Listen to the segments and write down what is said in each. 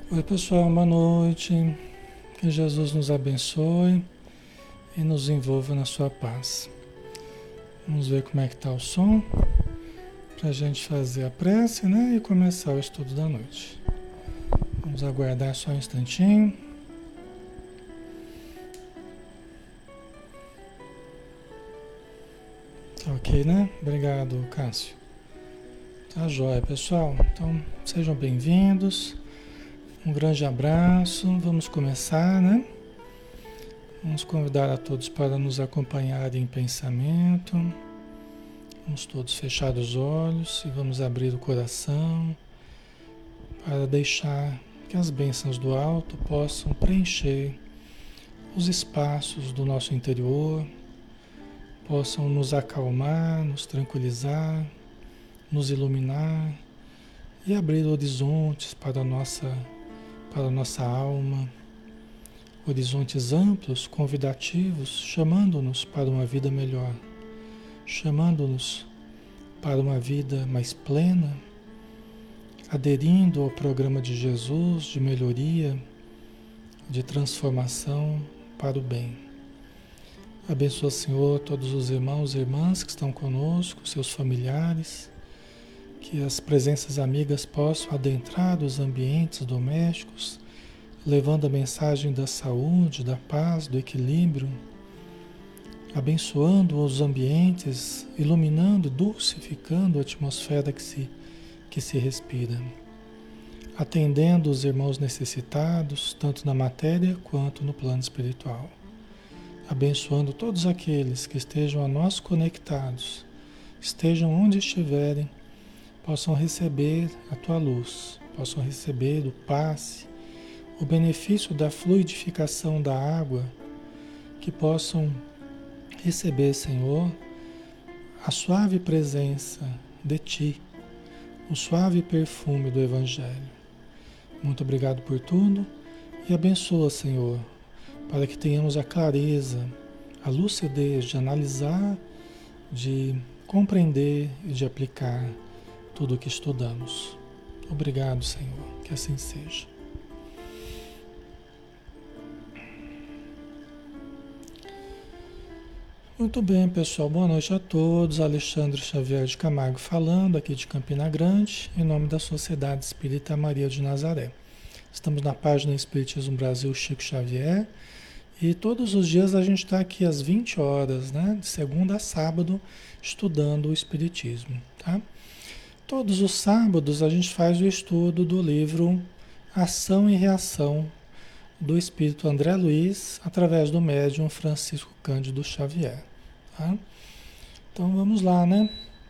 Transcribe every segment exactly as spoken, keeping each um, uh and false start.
Oi, pessoal, boa noite. Que Jesus nos abençoe e nos envolva na sua paz. Vamos ver como é que está o som para a gente fazer a prece, né? E começar o estudo da noite. Vamos aguardar só um instantinho. Tá ok, né? Obrigado, Cássio. Tá jóia, pessoal. Então, sejam bem-vindos. Um grande abraço. Vamos começar, né? Vamos convidar a todos para nos acompanharem em pensamento. Vamos todos fechar os olhos e vamos abrir o coração para deixar que as bênçãos do alto possam preencher os espaços do nosso interior, possam nos acalmar, nos tranquilizar, nos iluminar e abrir horizontes para a nossa, para a nossa alma, horizontes amplos, convidativos, chamando-nos para uma vida melhor, chamando-nos para uma vida mais plena, aderindo ao programa de Jesus de melhoria, de transformação para o bem. Abençoa, Senhor, todos os irmãos e irmãs que estão conosco, seus familiares, que as presenças amigas possam adentrar os ambientes domésticos, levando a mensagem da saúde, da paz, do equilíbrio, abençoando os ambientes, iluminando, dulcificando a atmosfera que se, que se respira, atendendo os irmãos necessitados, tanto na matéria quanto no plano espiritual, abençoando todos aqueles que estejam a nós conectados, estejam onde estiverem, possam receber a tua luz, possam receber o passe, o benefício da fluidificação da água, que possam receber, Senhor, a suave presença de Ti, o suave perfume do Evangelho. Muito obrigado por tudo e abençoa, Senhor, para que tenhamos a clareza, a lucidez de analisar, de compreender e de aplicar tudo o que estudamos. Obrigado, Senhor, que assim seja. Muito bem, pessoal. Boa noite a todos. Alexandre Xavier de Camargo falando aqui de Campina Grande, em nome da Sociedade Espírita Maria de Nazaré. Estamos na página Espiritismo Brasil Chico Xavier e todos os dias a gente está aqui às vinte horas, né? De segunda a sábado, estudando o Espiritismo, tá? Todos os sábados a gente faz o estudo do livro Ação e Reação do Espírito André Luiz, através do médium Francisco Cândido Xavier. Tá? Então vamos lá, né?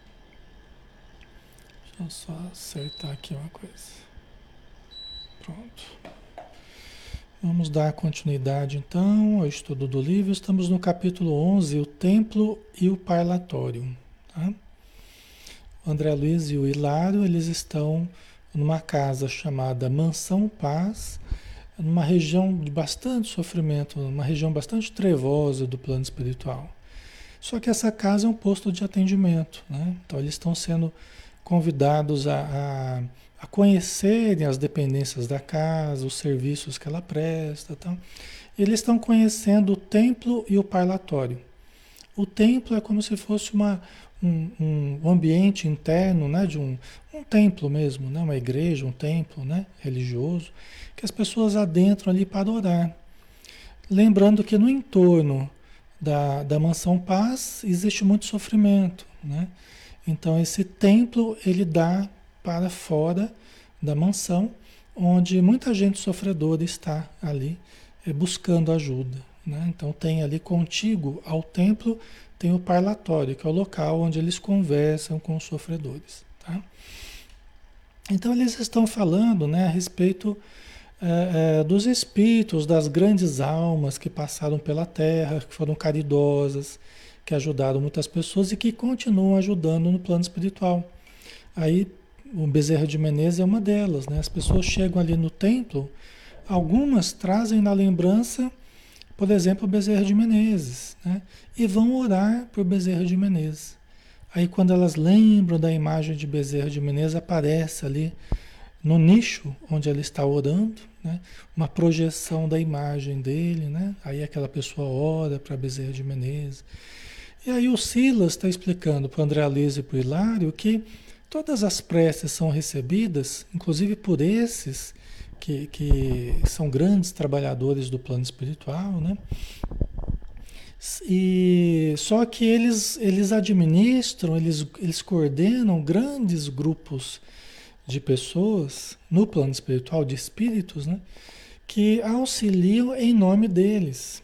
Deixa eu só acertar aqui uma coisa. Pronto. Vamos dar continuidade então ao estudo do livro. Estamos no capítulo onze, o Templo e o Parlatório. Tá? O André Luiz e o Hilário, eles estão numa casa chamada Mansão Paz, numa região de bastante sofrimento, uma região bastante trevosa do plano espiritual. Só que essa casa é um posto de atendimento, né? Então eles estão sendo convidados a, a, a conhecerem as dependências da casa, os serviços que ela presta, tá? Eles estão conhecendo o templo e o parlatório. O templo é como se fosse uma, um, um ambiente interno, né? De um, um templo mesmo, né? Uma igreja, um templo, né? Religioso, que as pessoas adentram ali para orar. Lembrando que no entorno da, da Mansão Paz existe muito sofrimento, né? Então esse templo ele dá para fora da mansão, onde muita gente sofredora está ali é, buscando ajuda, né? Então tem ali contíguo ao templo, tem o parlatório, que é o local onde eles conversam com os sofredores, tá? Então eles estão falando, né, a respeito É, é, dos espíritos, das grandes almas que passaram pela Terra, que foram caridosas, que ajudaram muitas pessoas e que continuam ajudando no plano espiritual. Aí o Bezerra de Menezes é uma delas, né? As pessoas chegam ali no templo, algumas trazem na lembrança, por exemplo, o Bezerra de Menezes, né? E vão orar por Bezerra de Menezes. Aí quando elas lembram da imagem de Bezerra de Menezes, aparece ali no nicho onde ela está orando, né? Uma projeção da imagem dele, né? Aí aquela pessoa ora para Bezerra de Menezes. E aí o Silas está explicando para o André Luiz e para o Hilário que todas as preces são recebidas, inclusive por esses que, que são grandes trabalhadores do plano espiritual, né? E só que eles, eles administram, eles, eles coordenam grandes grupos de pessoas no plano espiritual, de espíritos, né? Que auxiliam em nome deles.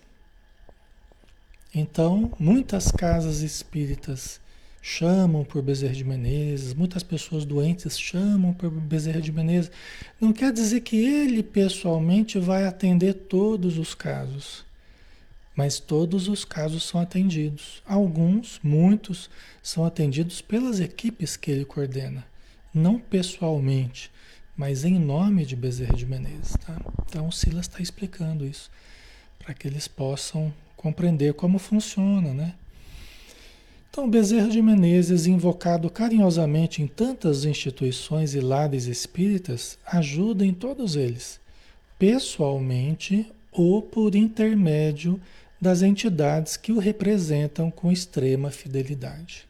Então, muitas casas espíritas chamam por Bezerra de Menezes, muitas pessoas doentes chamam por Bezerra de Menezes. Não quer dizer que ele pessoalmente vai atender todos os casos, mas todos os casos são atendidos. Alguns, muitos, são atendidos pelas equipes que ele coordena, não pessoalmente, mas em nome de Bezerra de Menezes. Tá? Então, o Silas está explicando isso, para que eles possam compreender como funciona, né? Então, Bezerra de Menezes, invocado carinhosamente em tantas instituições e lares espíritas, ajuda em todos eles, pessoalmente ou por intermédio das entidades que o representam com extrema fidelidade.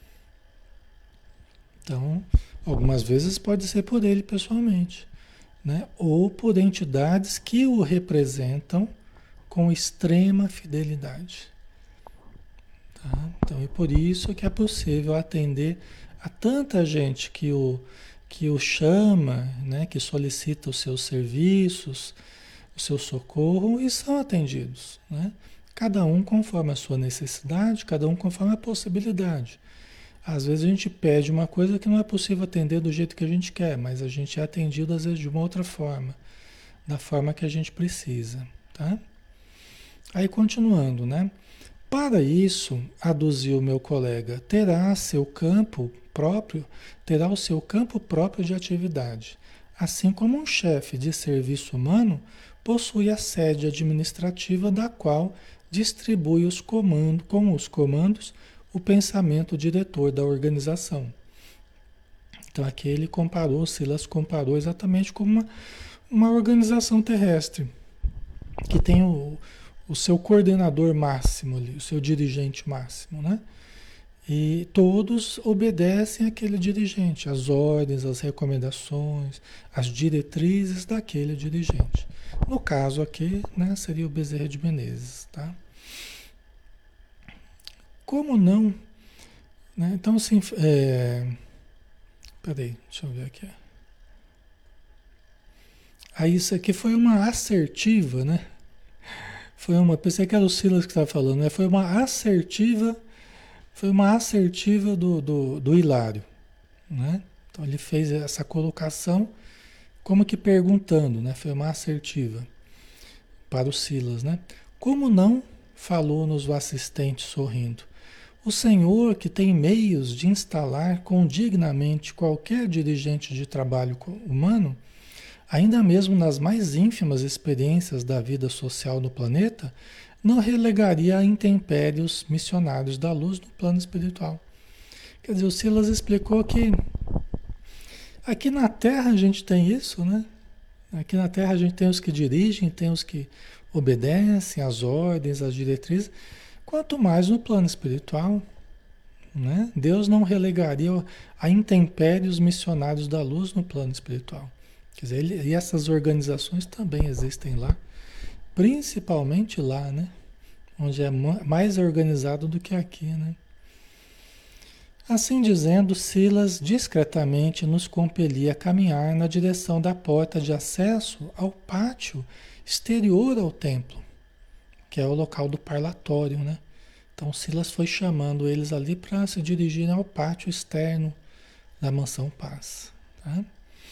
Então, algumas vezes pode ser por ele pessoalmente, né? Ou por entidades que o representam com extrema fidelidade. Tá? Então, é por isso que é possível atender a tanta gente que o, que o chama, né? Que solicita os seus serviços, o seu socorro e são atendidos, né? Cada um conforme a sua necessidade, cada um conforme a possibilidade. Às vezes a gente pede uma coisa que não é possível atender do jeito que a gente quer, mas a gente é atendido às vezes de uma outra forma, da forma que a gente precisa, tá? Aí continuando, né? Para isso, aduziu meu colega, terá seu campo próprio, terá o seu campo próprio de atividade, assim como um chefe de serviço humano possui a sede administrativa da qual distribui os comandos, com os comandos o pensamento diretor da organização. Então aqui ele comparou, Silas comparou exatamente como uma, uma organização terrestre, que tem o, o seu coordenador máximo ali, o seu dirigente máximo, né? E todos obedecem àquele dirigente, às ordens, às recomendações, às diretrizes daquele dirigente. No caso aqui, né, seria o Bezerra de Menezes, tá? Como não? Né? Então, assim, é... peraí, deixa eu ver aqui. Aí isso aqui foi uma assertiva, né? Foi uma, pensei que era o Silas que estava falando, né? Foi uma assertiva, foi uma assertiva do, do, do Hilário, né? Então ele fez essa colocação como que perguntando, né? Foi uma assertiva para o Silas, né? Como não? Falou-nos o assistente sorrindo. O senhor que tem meios de instalar condignamente qualquer dirigente de trabalho humano, ainda mesmo nas mais ínfimas experiências da vida social no planeta, não relegaria a intempéries missionários da luz no plano espiritual. Quer dizer, o Silas explicou que aqui na Terra a gente tem isso, né? Aqui na Terra a gente tem os que dirigem, tem os que obedecem às ordens, às diretrizes, quanto mais no plano espiritual, né? Deus não relegaria a intempéries missionários da luz no plano espiritual. Quer dizer, ele, e essas organizações também existem lá, principalmente lá, né? Onde é mais organizado do que aqui, né? Assim dizendo, Silas discretamente nos compelia a caminhar na direção da porta de acesso ao pátio exterior ao templo, que é o local do parlatório, né? Então Silas foi chamando eles ali para se dirigirem ao pátio externo da Mansão Paz, tá?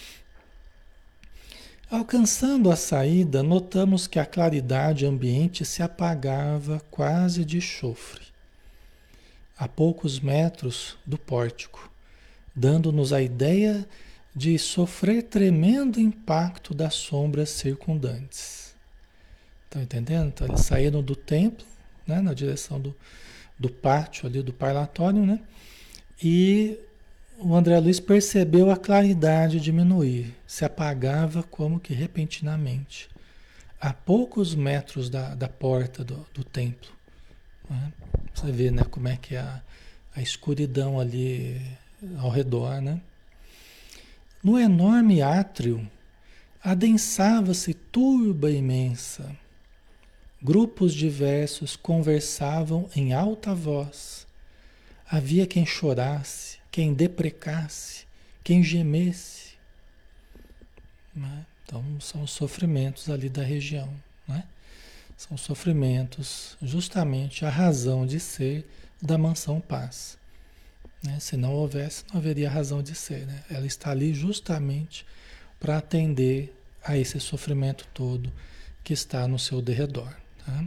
Alcançando a saída, notamos que a claridade ambiente se apagava quase de chofre, a poucos metros do pórtico, dando-nos a ideia de sofrer tremendo impacto das sombras circundantes. Estão entendendo? Então eles saíram do templo, né, na direção do, do pátio ali do parlatório, né? E o André Luiz percebeu a claridade diminuir, se apagava como que repentinamente, a poucos metros da, da porta do, do templo. Né? Você vê, né, como é que é a, a escuridão ali ao redor, né? No enorme átrio, adensava-se turba imensa. Grupos diversos conversavam em alta voz. Havia quem chorasse, quem deprecasse, quem gemesse. Né? Então, são os sofrimentos ali da região. Né? São sofrimentos, justamente a razão de ser da Mansão Paz. Né? Se não houvesse, não haveria razão de ser. Né? Ela está ali justamente para atender a esse sofrimento todo que está no seu derredor. Tá?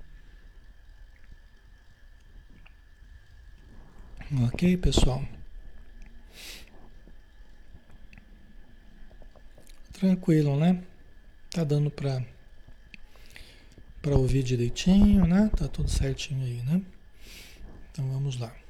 Ok, pessoal? Tranquilo, né? Tá dando para para ouvir direitinho, né? Tá tudo certinho aí, né? Então vamos lá.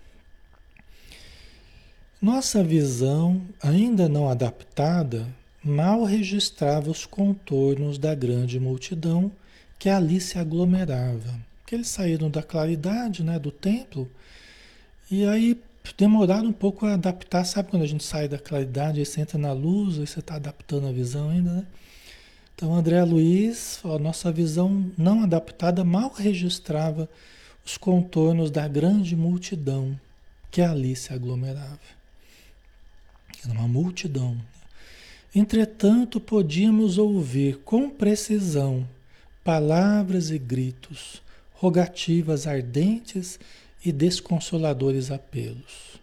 Nossa visão, ainda não adaptada, mal registrava os contornos da grande multidão que ali se aglomerava. Porque eles saíram da claridade, né, do templo, e aí demoraram um pouco a adaptar. Sabe quando a gente sai da claridade e você entra na luz, aí você está adaptando a visão ainda, né? Então, André Luiz, a nossa visão não adaptada mal registrava os contornos da grande multidão que ali se aglomerava. Era uma multidão. Entretanto, podíamos ouvir com precisão palavras e gritos, rogativas ardentes e desconsoladores apelos.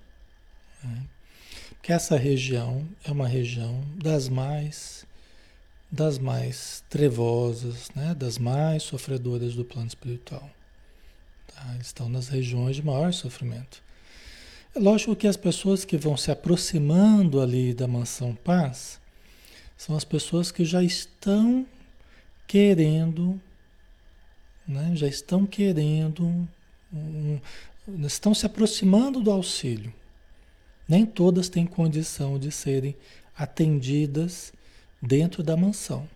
Porque essa região é uma região das mais, das mais trevosas, né? Das mais sofredoras do plano espiritual. Tá? Eles estão nas regiões de maior sofrimento. É lógico que as pessoas que vão se aproximando ali da Mansão Paz são as pessoas que já estão querendo, né? Já estão querendo, um, estão se aproximando do auxílio. Nem todas têm condição de serem atendidas dentro da mansão,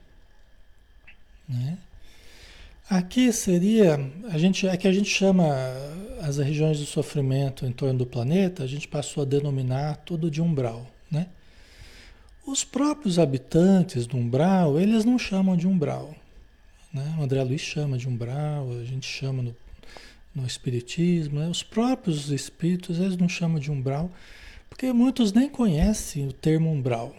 né? Aqui seria, a gente, é que a gente chama as regiões do sofrimento em torno do planeta, a gente passou a denominar tudo de umbral, né? Os próprios habitantes do umbral, eles não chamam de umbral, né? O André Luiz chama de umbral, a gente chama no, no espiritismo, né? Os próprios espíritos, eles não chamam de umbral, porque muitos nem conhecem o termo umbral.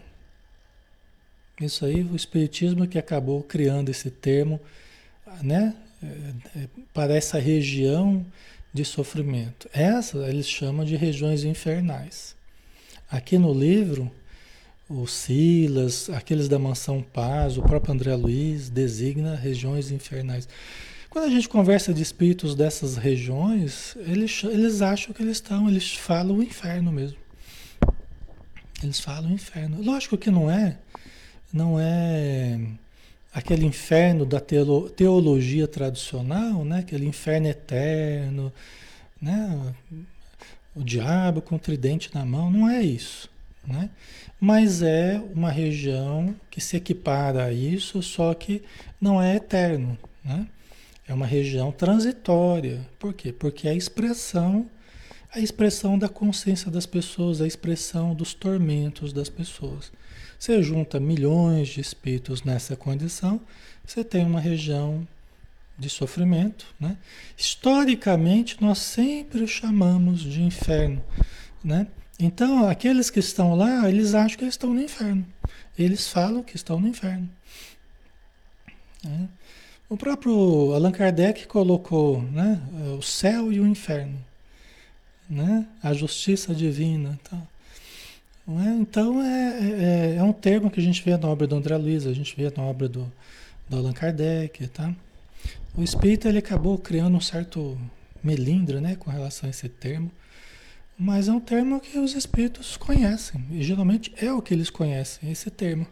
Isso aí, o espiritismo que acabou criando esse termo, né? É, é, para essa região de sofrimento. Essa eles chamam de regiões infernais. Aqui no livro, o Silas, aqueles da Mansão Paz, o próprio André Luiz designa regiões infernais. Quando a gente conversa de espíritos dessas regiões, eles, eles acham que eles estão, eles falam o inferno mesmo. Eles falam o inferno. Lógico que não é, não é aquele inferno da teolo, teologia tradicional, né? Aquele inferno eterno, né? O diabo com o tridente na mão, não é isso, né? Mas é uma região que se equipara a isso, só que não é eterno, né? É uma região transitória. Por quê? Porque é a expressão, a expressão da consciência das pessoas, a expressão dos tormentos das pessoas. Você junta milhões de espíritos nessa condição, você tem uma região de sofrimento, né? Historicamente, nós sempre chamamos de inferno, né? Então, aqueles que estão lá, eles acham que eles estão no inferno. Eles falam que estão no inferno. Né? O próprio Allan Kardec colocou, né, o céu e o inferno, né? A justiça divina. Então, não é? Então é, é, é um termo que a gente vê na obra do André Luiz, a gente vê na obra do, do Allan Kardec. Tá? O espírito ele acabou criando um certo melindre, né, com relação a esse termo. Mas é um termo que os espíritos conhecem. E geralmente é o que eles conhecem, esse termo.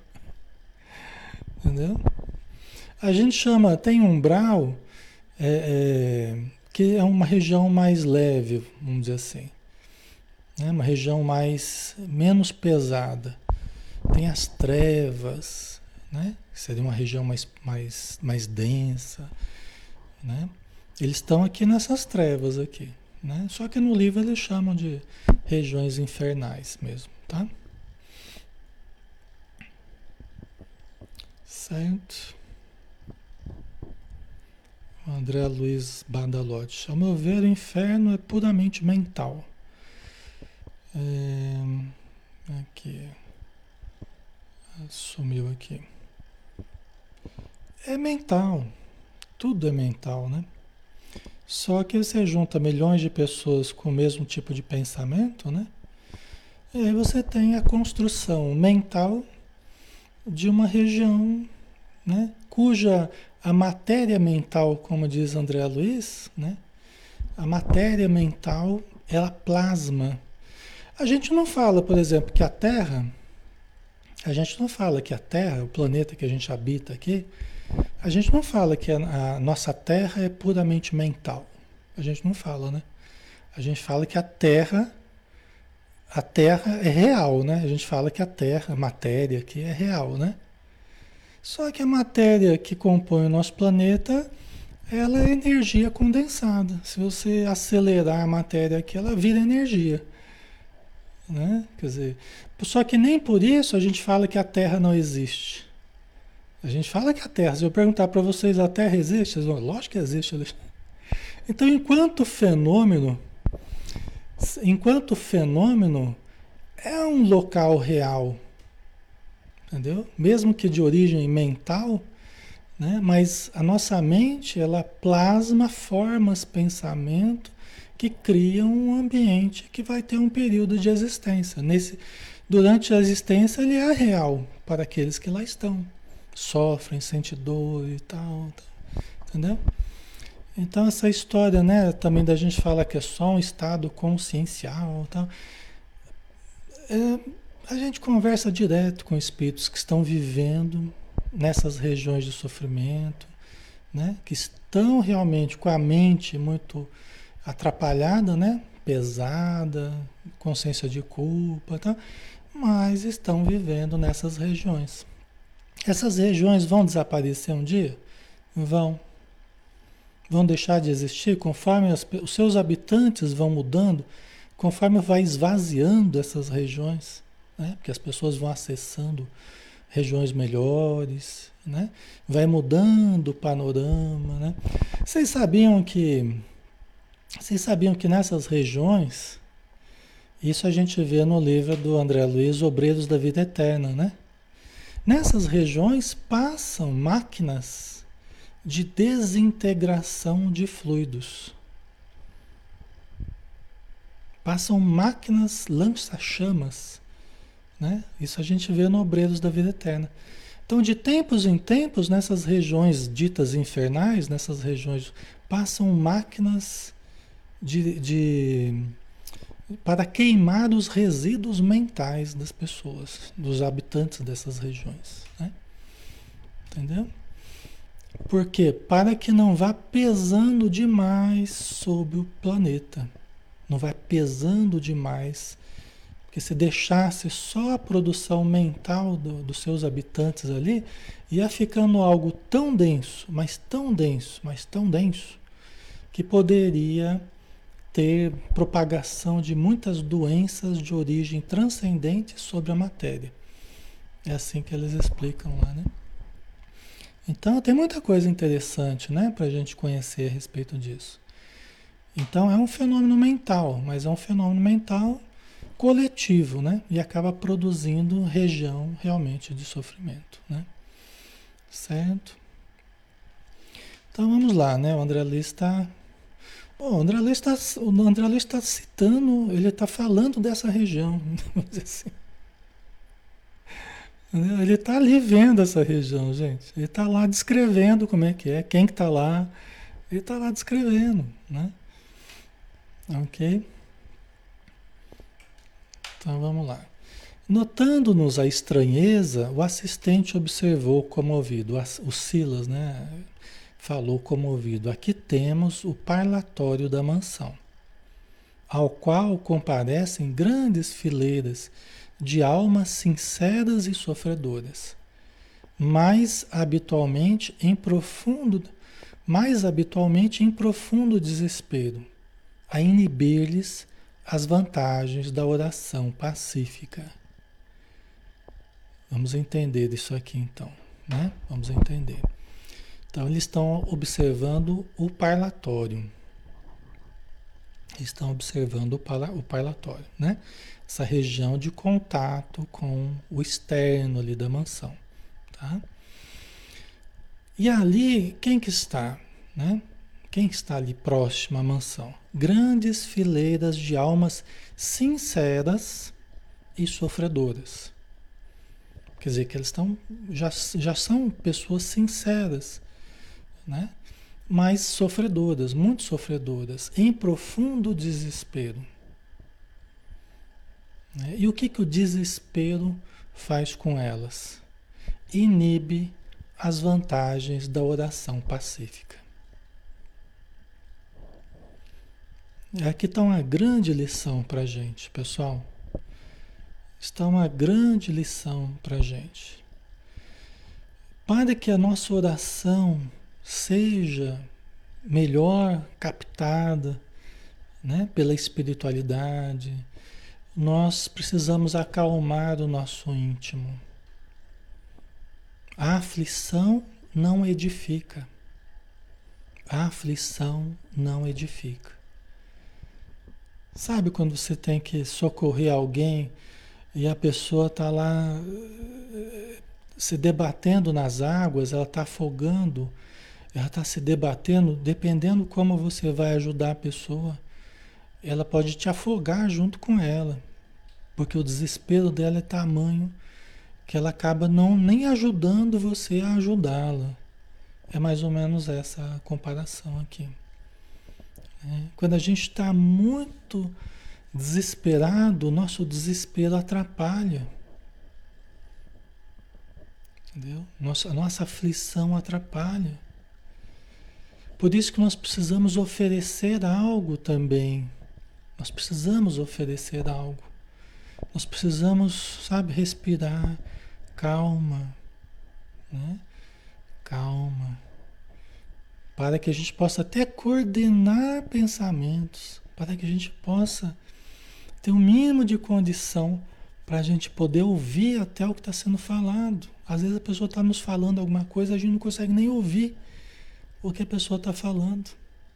Entendeu? A gente chama, tem umbral, é, é, que é uma região mais leve, vamos dizer assim. né? Uma região mais menos pesada. Tem as trevas, né? Seria uma região mais, mais, mais densa, né? Eles estão aqui nessas trevas aqui, né? Só que no livro eles chamam de regiões infernais mesmo, tá? Certo? O André Luiz Badalotti. Ao meu ver, o inferno é puramente mental. É... Aqui. Sumiu aqui. É mental. Tudo é mental, né? Só que você junta milhões de pessoas com o mesmo tipo de pensamento, né? E aí você tem a construção mental de uma região, né? Cuja a matéria mental, como diz André Luiz, né? A matéria mental, ela plasma. A gente não fala, por exemplo, que a Terra, a gente não fala que a Terra, o planeta que a gente habita aqui, a gente não fala que a, a nossa Terra é puramente mental. A gente não fala, né? A gente fala que a Terra, a Terra é real, né? A gente fala que a Terra, a matéria aqui é real, né? Só que a matéria que compõe o nosso planeta, ela é energia condensada. Se você acelerar a matéria aqui, ela vira energia, né? Quer dizer, só que nem por isso a gente fala que a Terra não existe. A gente fala que a Terra, se eu perguntar para vocês, a Terra existe? Vocês vão, lógico que existe. Então, enquanto fenômeno, enquanto fenômeno é um local real, entendeu? Mesmo que de origem mental, né? Mas a nossa mente, ela plasma formas, pensamento que criam um ambiente que vai ter um período de existência. Nesse, durante a existência, ele é real para aqueles que lá estão. Sofrem, sentem dor e tal, tal, entendeu? Então essa história, né, também da gente falar que é só um estado consciencial, tal, é, a gente conversa direto com espíritos que estão vivendo nessas regiões de sofrimento, né, que estão realmente com a mente muito atrapalhada, né, pesada, consciência de culpa, tal, mas estão vivendo nessas regiões. Essas regiões vão desaparecer um dia? Vão. Vão deixar de existir conforme as, os seus habitantes vão mudando, conforme vai esvaziando essas regiões, né? Porque as pessoas vão acessando regiões melhores, né? Vai mudando o panorama, né? Vocês sabiam que vocês sabiam que nessas regiões, isso a gente vê no livro do André Luiz, Obreiros da Vida Eterna, né? Nessas regiões passam máquinas de desintegração de fluidos. Passam máquinas lança-chamas, né? Isso a gente vê no Obreiros da Vida Eterna. Então, de tempos em tempos, nessas regiões ditas infernais, nessas regiões, passam máquinas de, de, para queimar os resíduos mentais das pessoas, dos habitantes dessas regiões, né? Entendeu? Por quê? Para que não vá pesando demais sobre o planeta. Não vai pesando demais. Porque se deixasse só a produção mental do, dos seus habitantes ali, ia ficando algo tão denso, mas tão denso, mas tão denso, que poderia ter propagação de muitas doenças de origem transcendente sobre a matéria. É assim que eles explicam lá, né? Então tem muita coisa interessante, né, para a gente conhecer a respeito disso. Então é um fenômeno mental, mas é um fenômeno mental coletivo, né? E acaba produzindo região realmente de sofrimento, né? Certo? Então vamos lá, né? O André Luiz está... Bom, o André Luiz está o André Luiz está citando, ele está falando dessa região, vamos dizer assim. Ele está ali vendo essa região, gente. Ele está lá descrevendo como é que é, quem que está lá. Ele está lá descrevendo, né? Ok? Então vamos lá. Notando-nos a estranheza, o assistente observou comovido. O Silas, né? Falou comovido. Aqui temos o parlatório da mansão. ao qual comparecem grandes fileiras de almas sinceras e sofredoras, mais habitualmente em profundo, mais habitualmente em profundo desespero, a inibir-lhes as vantagens da oração pacífica. Vamos entender isso aqui então, né? Vamos entender. Então eles estão observando o parlatório. Estão observando o, parla, o parlatório, né? Essa região de contato com o externo ali da mansão, tá? E ali, quem que está, né? Quem está ali próximo à mansão? Grandes fileiras de almas sinceras e sofredoras. Quer dizer que eles estão, já, já são pessoas sinceras, né? Mas sofredoras, muito sofredoras, em profundo desespero. Né? E o que, que o desespero faz com elas? Inibe as vantagens da oração pacífica. Aqui está uma grande lição para a gente, pessoal. Está uma grande lição para a gente. Para que a nossa oração seja melhor captada, né, pela espiritualidade, nós precisamos acalmar o nosso íntimo. A aflição não edifica. A aflição não edifica. Sabe quando você tem que socorrer alguém e a pessoa está lá se debatendo nas águas, ela está afogando, ela está se debatendo, dependendo como você vai ajudar a pessoa, ela pode te afogar junto com ela, porque o desespero dela é tamanho que ela acaba não nem ajudando você a ajudá-la. É mais ou menos essa comparação aqui. É, quando a gente está muito desesperado, o nosso desespero atrapalha. Entendeu? Nossa, a nossa aflição atrapalha. Por isso que nós precisamos oferecer algo também. Nós precisamos oferecer algo. Nós precisamos, sabe, respirar, calma, né? Calma. Para que a gente possa até coordenar pensamentos, para que a gente possa ter um mínimo de condição para a gente poder ouvir até o que está sendo falado. Às vezes a pessoa está nos falando alguma coisa, a gente não consegue nem ouvir o que a pessoa está falando.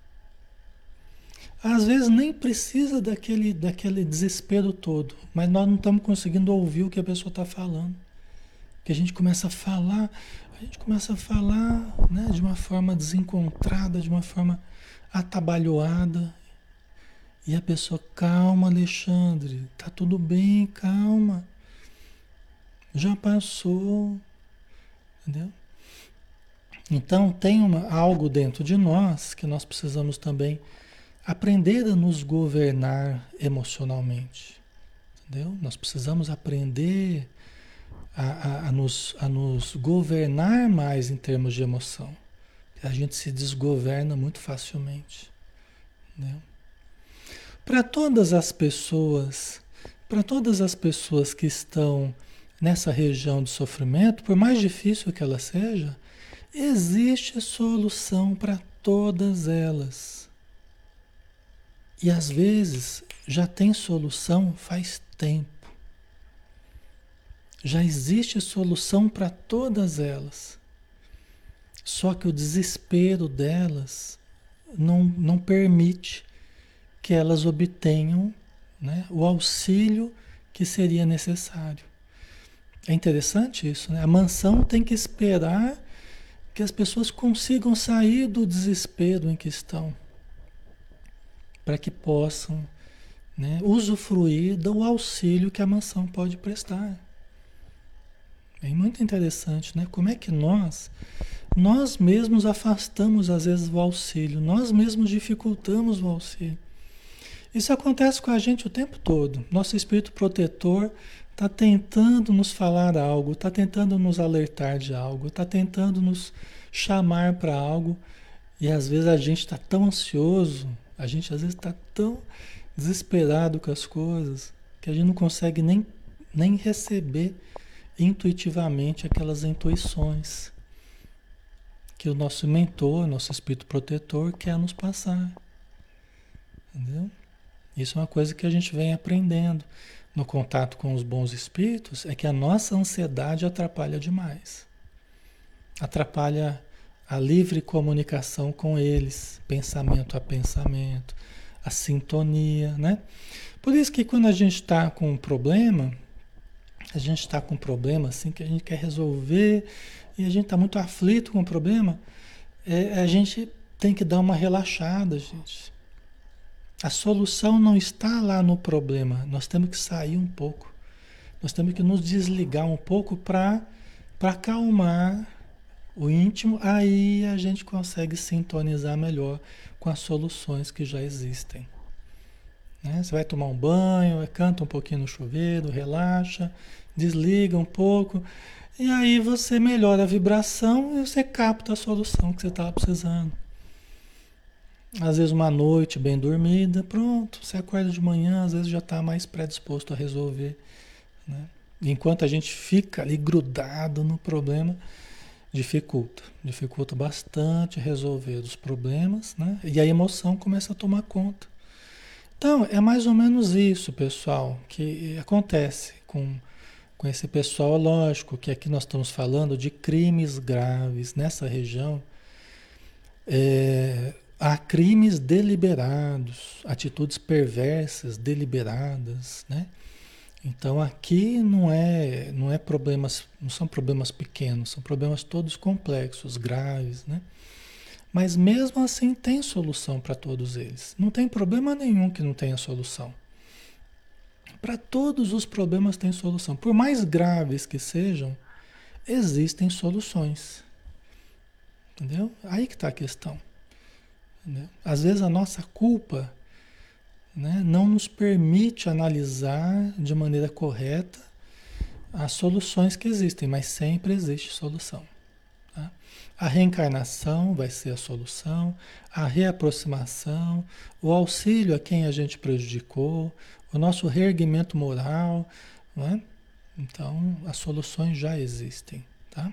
Às vezes nem precisa daquele, daquele desespero todo, mas nós não estamos conseguindo ouvir o que a pessoa está falando. Porque a gente começa a falar, a gente começa a falar, né, de uma forma desencontrada, de uma forma atabalhoada. E a pessoa, calma, Alexandre, tá tudo bem, calma. Já passou, entendeu? Então tem uma, algo dentro de nós que nós precisamos também aprender a nos governar emocionalmente, entendeu? Nós precisamos aprender a, a, a, nos, a nos governar mais em termos de emoção. A gente se desgoverna muito facilmente, entendeu? Para todas as pessoas, para todas as pessoas que estão nessa região de sofrimento, por mais difícil que ela seja, existe solução para todas elas. E às vezes já tem solução faz tempo. Já existe solução para todas elas. Só que o desespero delas não, não permite que elas obtenham, né, o auxílio que seria necessário. É interessante isso, né? A mansão tem que esperar que as pessoas consigam sair do desespero em que estão, para que possam, né, usufruir do auxílio que a mansão pode prestar. É muito interessante, né? Como é que nós, nós mesmos afastamos às vezes o auxílio, nós mesmos dificultamos o auxílio. Isso acontece com a gente o tempo todo. Nosso espírito protetor está tentando nos falar algo, está tentando nos alertar de algo, está tentando nos chamar para algo, e às vezes a gente está tão ansioso, a gente às vezes está tão, desesperado com as coisas, que a gente não consegue nem, nem receber intuitivamente aquelas intuições que o nosso mentor, nosso espírito protetor quer nos passar. Entendeu? Isso é uma coisa que a gente vem aprendendo no contato com os bons espíritos, é que a nossa ansiedade atrapalha demais. Atrapalha a livre comunicação com eles, pensamento a pensamento, a sintonia, né? Por isso que quando a gente está com um problema, a gente está com um problema assim que a gente quer resolver e a gente está muito aflito com o problema, é, a gente tem que dar uma relaxada, gente. A solução não está lá no problema, nós temos que sair um pouco, nós temos que nos desligar um pouco para para acalmar o íntimo, aí a gente consegue sintonizar melhor com as soluções que já existem. Né? Você vai tomar um banho, canta um pouquinho no chuveiro, relaxa, desliga um pouco, e aí você melhora a vibração e você capta a solução que você estava precisando. Às vezes uma noite bem dormida, pronto, você acorda de manhã, às vezes já está mais predisposto a resolver. Né? Enquanto a gente fica ali grudado no problema, dificulta, dificulta bastante resolver os problemas, né? E a emoção começa a tomar conta. Então, é mais ou menos isso, pessoal, que acontece com, com esse pessoal. Lógico que aqui nós estamos falando de crimes graves nessa região. É, há crimes deliberados, atitudes perversas deliberadas, né? Então aqui não é, não é problemas, não são problemas pequenos, são problemas todos complexos, graves, né? Mas mesmo assim tem solução para todos eles. Não tem problema nenhum que não tenha solução. Para todos os problemas tem solução. Por mais graves que sejam, existem soluções. Entendeu? Aí que está a questão. Entendeu? Às vezes a nossa culpa, né, não nos permite analisar de maneira correta as soluções que existem, mas sempre existe solução. Tá? A reencarnação vai ser a solução, a reaproximação, o auxílio a quem a gente prejudicou, o nosso reerguimento moral, não é? Então, as soluções já existem, tá?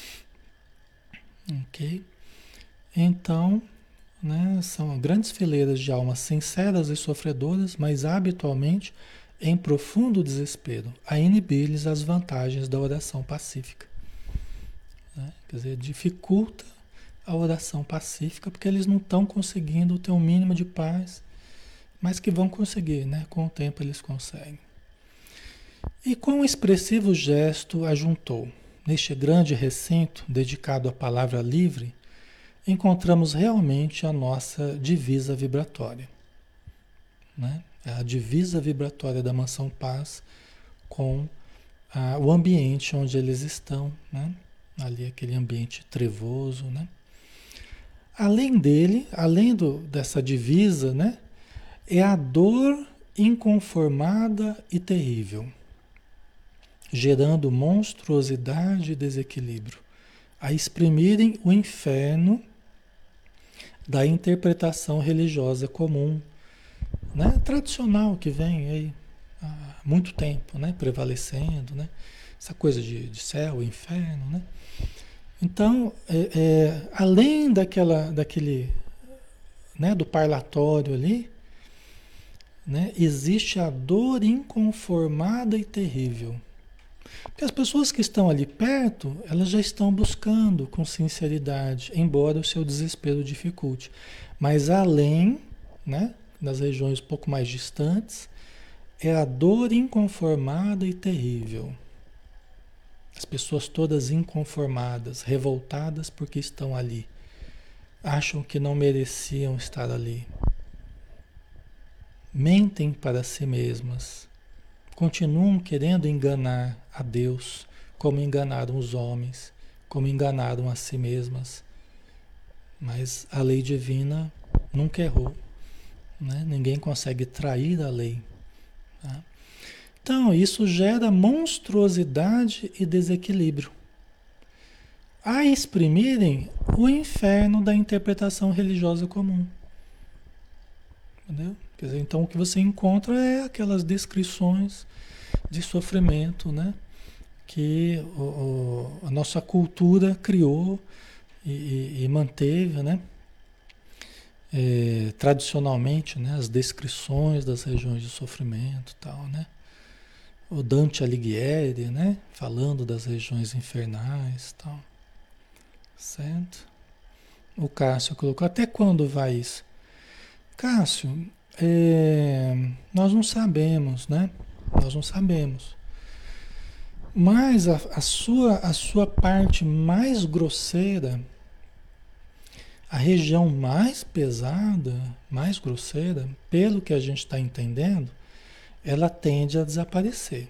Ok? Então, né, são grandes fileiras de almas sinceras e sofredoras, mas habitualmente em profundo desespero, a inibir-lhes as vantagens da oração pacífica. Né? Quer dizer, dificulta a oração pacífica porque eles não estão conseguindo ter um mínimo de paz, mas que vão conseguir, né? Com o tempo eles conseguem. E com um expressivo gesto ajuntou, neste grande recinto dedicado à palavra livre, encontramos realmente a nossa divisa vibratória. Né? A divisa vibratória da Mansão Paz com a, o ambiente onde eles estão, né? Ali aquele ambiente trevoso. Né? Além dele, além do, dessa divisa, né? É a dor inconformada e terrível, gerando monstruosidade e desequilíbrio, a exprimirem o inferno da interpretação religiosa comum, né? Tradicional, que vem aí há muito tempo, né? Prevalecendo, né? Essa coisa de, de céu, inferno, né? Então, é, é, além daquela, daquele, né? Do parlatório ali, né? Existe a dor inconformada e terrível. Porque as pessoas que estão ali perto, elas já estão buscando com sinceridade, embora o seu desespero dificulte. Mas além, né, nas regiões um pouco mais distantes, é a dor inconformada e terrível. As pessoas todas inconformadas, revoltadas porque estão ali. Acham que não mereciam estar ali. Mentem para si mesmas. Continuam querendo enganar a Deus, como enganaram os homens, como enganaram a si mesmas. Mas a lei divina nunca errou, né? Ninguém consegue trair a lei. Tá? Então, isso gera monstruosidade e desequilíbrio, a exprimirem o inferno da interpretação religiosa comum. Entendeu? Quer dizer, então o que você encontra é aquelas descrições de sofrimento, né? Que o, o- a nossa cultura criou e, e- e manteve, né? É, tradicionalmente, né? As descrições das regiões de sofrimento e tal, né? O Dante Alighieri, né? Falando das regiões infernais e tal, certo? O Cássio colocou, até quando vai isso? Cássio, é, nós não sabemos, né? Nós não sabemos. Mas a, a sua, a sua parte mais grosseira, a região mais pesada, mais grosseira, pelo que a gente está entendendo, ela tende a desaparecer.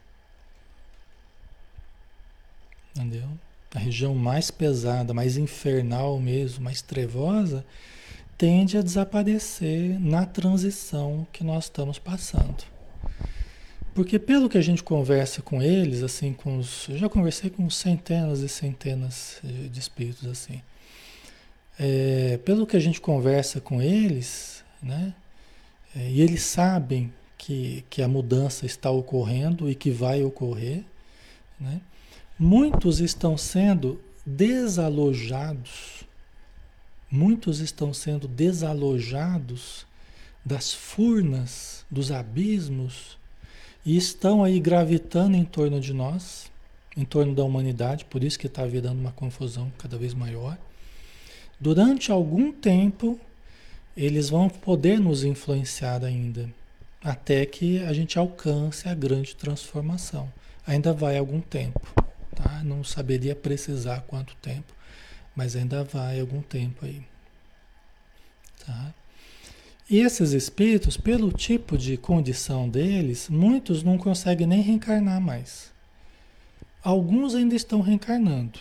Entendeu? A região mais pesada, mais infernal mesmo, mais trevosa, tende a desaparecer na transição que nós estamos passando. Porque pelo que a gente conversa com eles, assim, com os, eu já conversei com centenas e centenas de espíritos assim. É, pelo que a gente conversa com eles, né? É, e eles sabem que, que a mudança está ocorrendo e que vai ocorrer, né? Muitos estão sendo desalojados, muitos estão sendo desalojados das furnas, dos abismos, e estão aí gravitando em torno de nós, em torno da humanidade, por isso que está virando uma confusão cada vez maior. Durante algum tempo, eles vão poder nos influenciar ainda, até que a gente alcance a grande transformação. Ainda vai algum tempo, tá? Não saberia precisar quanto tempo, mas ainda vai algum tempo aí, tá? E esses espíritos, pelo tipo de condição deles, muitos não conseguem nem reencarnar mais. Alguns ainda estão reencarnando.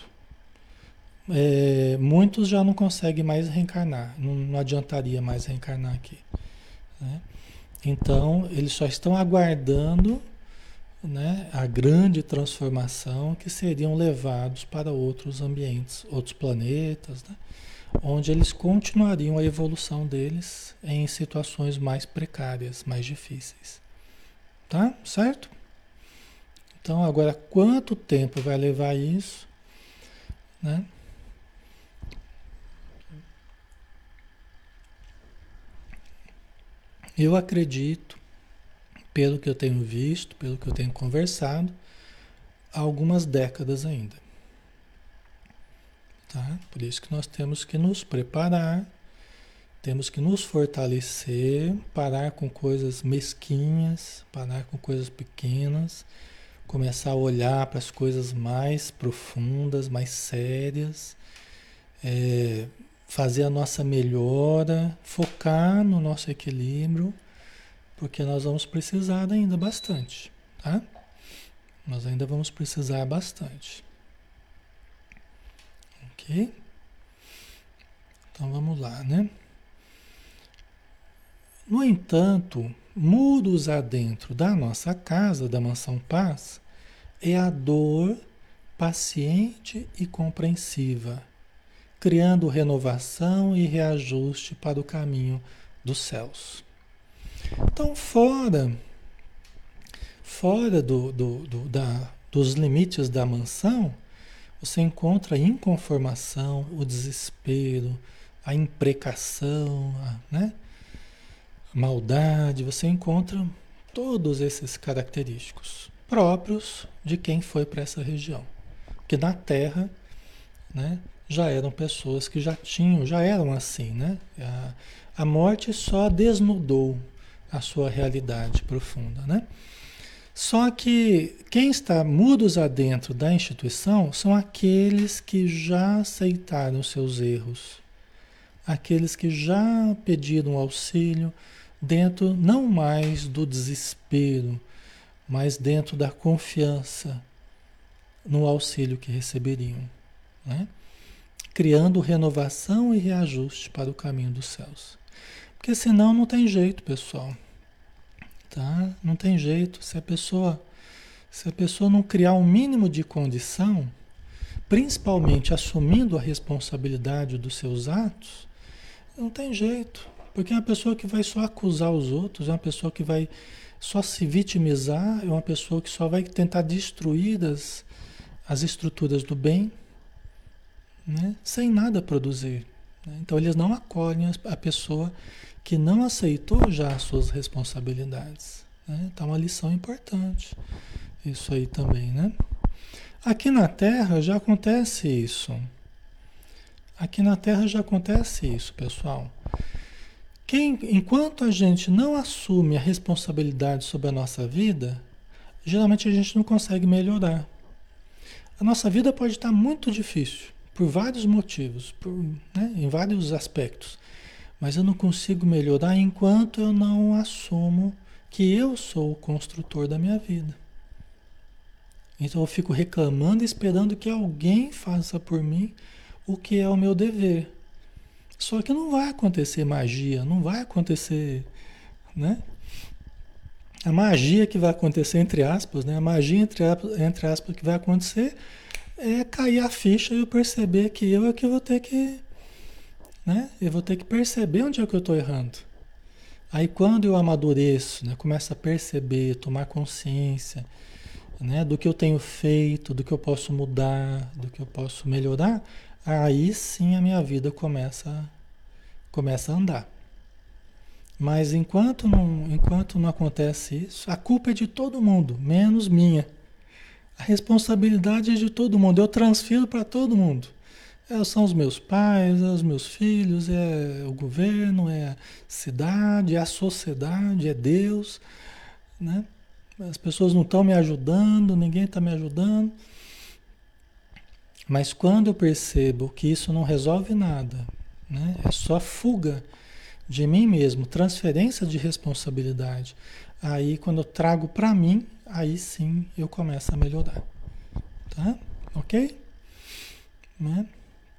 É, muitos já não conseguem mais reencarnar. Não, não adiantaria mais reencarnar aqui, né? Então, eles só estão aguardando, né, a grande transformação, que seriam levados para outros ambientes, outros planetas, né, onde eles continuariam a evolução deles em situações mais precárias, mais difíceis. Tá? Certo? Então, agora, quanto tempo vai levar isso, né? Eu acredito, pelo que eu tenho visto, pelo que eu tenho conversado, há algumas décadas ainda. Tá? Por isso que nós temos que nos preparar, temos que nos fortalecer, parar com coisas mesquinhas, parar com coisas pequenas, começar a olhar para as coisas mais profundas, mais sérias, é, fazer a nossa melhora, focar no nosso equilíbrio, porque nós vamos precisar ainda bastante, tá? Nós ainda vamos precisar bastante. Ok? Então vamos lá, né? No entanto, muros adentro da nossa casa, da Mansão Paz, é a dor paciente e compreensiva, criando renovação e reajuste para o caminho dos céus. Então, fora, fora do, do, do, da, dos limites da mansão, você encontra a inconformação, o desespero, a imprecação, a, né? a maldade, você encontra todos esses característicos próprios de quem foi para essa região. Porque na Terra, né, já eram pessoas que já tinham, já eram assim, né? A, a morte só desnudou a sua realidade profunda, né? Só que quem está mudos adentro da instituição são aqueles que já aceitaram seus erros, aqueles que já pediram auxílio dentro não mais do desespero, mas dentro da confiança no auxílio que receberiam, né? Criando renovação e reajuste para o caminho dos céus. Porque senão não tem jeito, pessoal. Tá? Não tem jeito. Se a pessoa, se a pessoa não criar um mínimo de condição, principalmente assumindo a responsabilidade dos seus atos, não tem jeito. Porque é uma pessoa que vai só acusar os outros, é uma pessoa que vai só se vitimizar, é uma pessoa que só vai tentar destruir as, as estruturas do bem, né? Sem nada produzir, né? Então eles não acolhem a pessoa que não aceitou já as suas responsabilidades, né? Então é uma lição importante isso aí também, né? Aqui na Terra já acontece isso. Aqui na Terra já acontece isso, pessoal. Quem, enquanto a gente não assume a responsabilidade sobre a nossa vida, geralmente a gente não consegue melhorar. A nossa vida pode estar muito difícil, por vários motivos, por, né, em vários aspectos. Mas eu não consigo melhorar enquanto eu não assumo que eu sou o construtor da minha vida. Então eu fico reclamando, esperando que alguém faça por mim o que é o meu dever. Só que não vai acontecer magia, não vai acontecer, né? A magia que vai acontecer, entre aspas, né? A magia, entre aspas, entre aspas, que vai acontecer é cair a ficha e eu perceber que eu é que vou ter que, né? Eu vou ter que perceber onde é que eu estou errando. Aí quando eu amadureço, né? Começo a perceber, tomar consciência, né? Do que eu tenho feito, do que eu posso mudar, do que eu posso melhorar, aí sim a minha vida começa, começa a andar. Mas enquanto não, enquanto não acontece isso, a culpa é de todo mundo, menos minha. A responsabilidade é de todo mundo, eu transfiro para todo mundo. É, são os meus pais, é os meus filhos, é o governo, é a cidade, é a sociedade, é Deus, né? As pessoas não estão me ajudando, ninguém está me ajudando. Mas quando eu percebo que isso não resolve nada, né? É só fuga de mim mesmo, transferência de responsabilidade. Aí quando eu trago para mim, aí sim eu começo a melhorar. Tá? Ok? Né?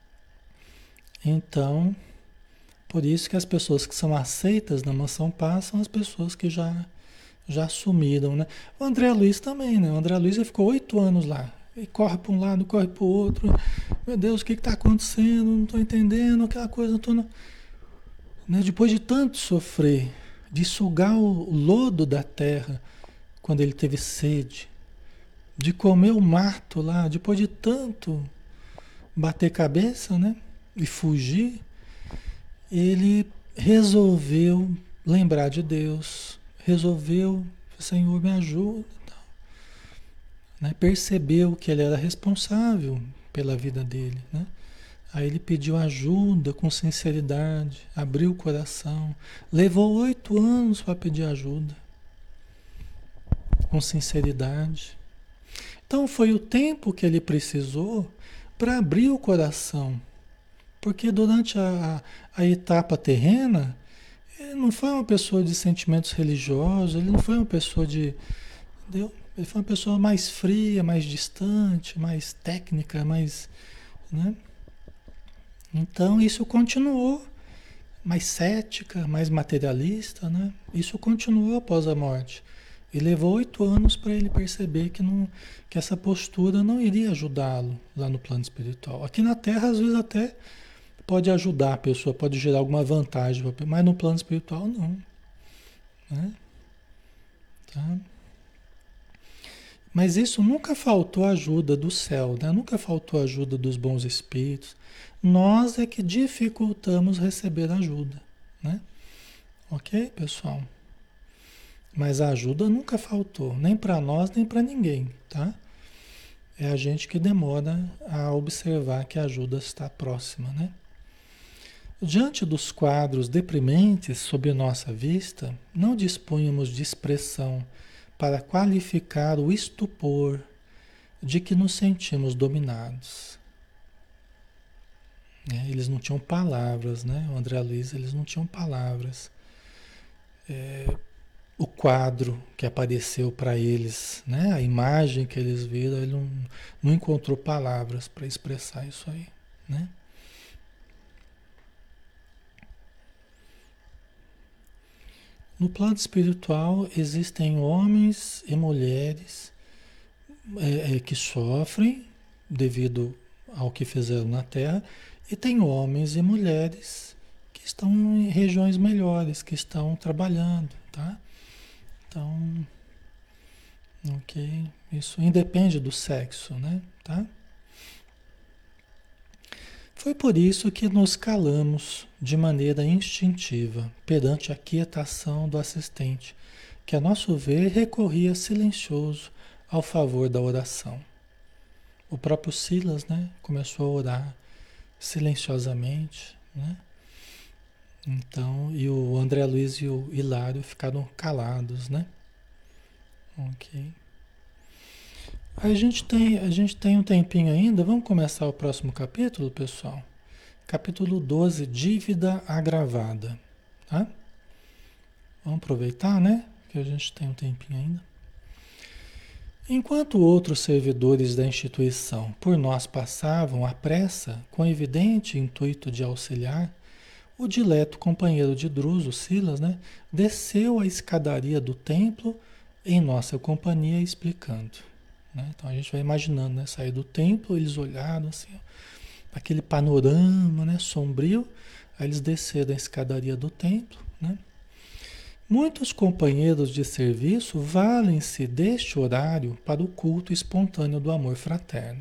Então, por isso que as pessoas que são aceitas na Mansão Paz são as pessoas que já, já assumiram, né? O André Luiz também, né? O André Luiz ele ficou oito anos lá. E corre para um lado, corre para o outro. Meu Deus, o que está acontecendo? Não estou entendendo, aquela coisa toda. Né? Depois de tanto sofrer, de sugar o lodo da terra, quando ele teve sede, de comer o mato lá, depois de tanto bater cabeça, né? E fugir, ele resolveu lembrar de Deus, resolveu, Senhor, me ajuda, né? Percebeu que ele era responsável pela vida dele, né? Aí ele pediu ajuda com sinceridade, abriu o coração, levou oito anos para pedir ajuda, com sinceridade. Então foi o tempo que ele precisou para abrir o coração, porque durante a, a, a etapa terrena, ele não foi uma pessoa de sentimentos religiosos, ele não foi uma pessoa de... Entendeu? Ele foi uma pessoa mais fria, mais distante, mais técnica, mais... Né? Então isso continuou, mais cética, mais materialista, né? Isso continuou após a morte. E levou oito anos para ele perceber que, não, que essa postura não iria ajudá-lo lá no plano espiritual. Aqui na Terra, às vezes, até pode ajudar a pessoa, pode gerar alguma vantagem, mas no plano espiritual não. Né? Tá? Mas isso nunca faltou ajuda do céu, né? Nunca faltou ajuda dos bons espíritos. Nós é que dificultamos receber ajuda, né? Ok, pessoal? Mas a ajuda nunca faltou, nem para nós, nem para ninguém, tá? É a gente que demora a observar que a ajuda está próxima, né? Diante dos quadros deprimentes sob nossa vista, não dispunhamos de expressão para qualificar o estupor de que nos sentimos dominados. É, eles não tinham palavras, né? O André Luiz, eles não tinham palavras. É, o quadro que apareceu para eles, né? A imagem que eles viram, ele não, não encontrou palavras para expressar isso aí, né? No plano espiritual existem homens e mulheres é, é, que sofrem devido ao que fizeram na Terra, e tem homens e mulheres que estão em regiões melhores, que estão trabalhando, tá? Então, ok, isso independe do sexo, né? Tá? Foi por isso que nos calamos de maneira instintiva perante a quietação do assistente, que a nosso ver recorria silencioso ao favor da oração. O próprio Silas, né, começou a orar silenciosamente, né? Então, e o André Luiz e o Hilário ficaram calados, né? Ok. A gente tem, a gente tem um tempinho ainda, vamos começar o próximo capítulo, pessoal? Capítulo doze, dívida agravada, tá? Vamos aproveitar, né? Que a gente tem um tempinho ainda. Enquanto outros servidores da instituição por nós passavam à pressa, com evidente intuito de auxiliar, o dileto companheiro de Druso, Silas, né, desceu a escadaria do templo em nossa companhia explicando. Né? Então a gente vai imaginando, né, sair do templo, eles olharam assim, ó, aquele panorama, né, sombrio, aí eles desceram a escadaria do templo, né? Muitos companheiros de serviço valem-se deste horário para o culto espontâneo do amor fraterno.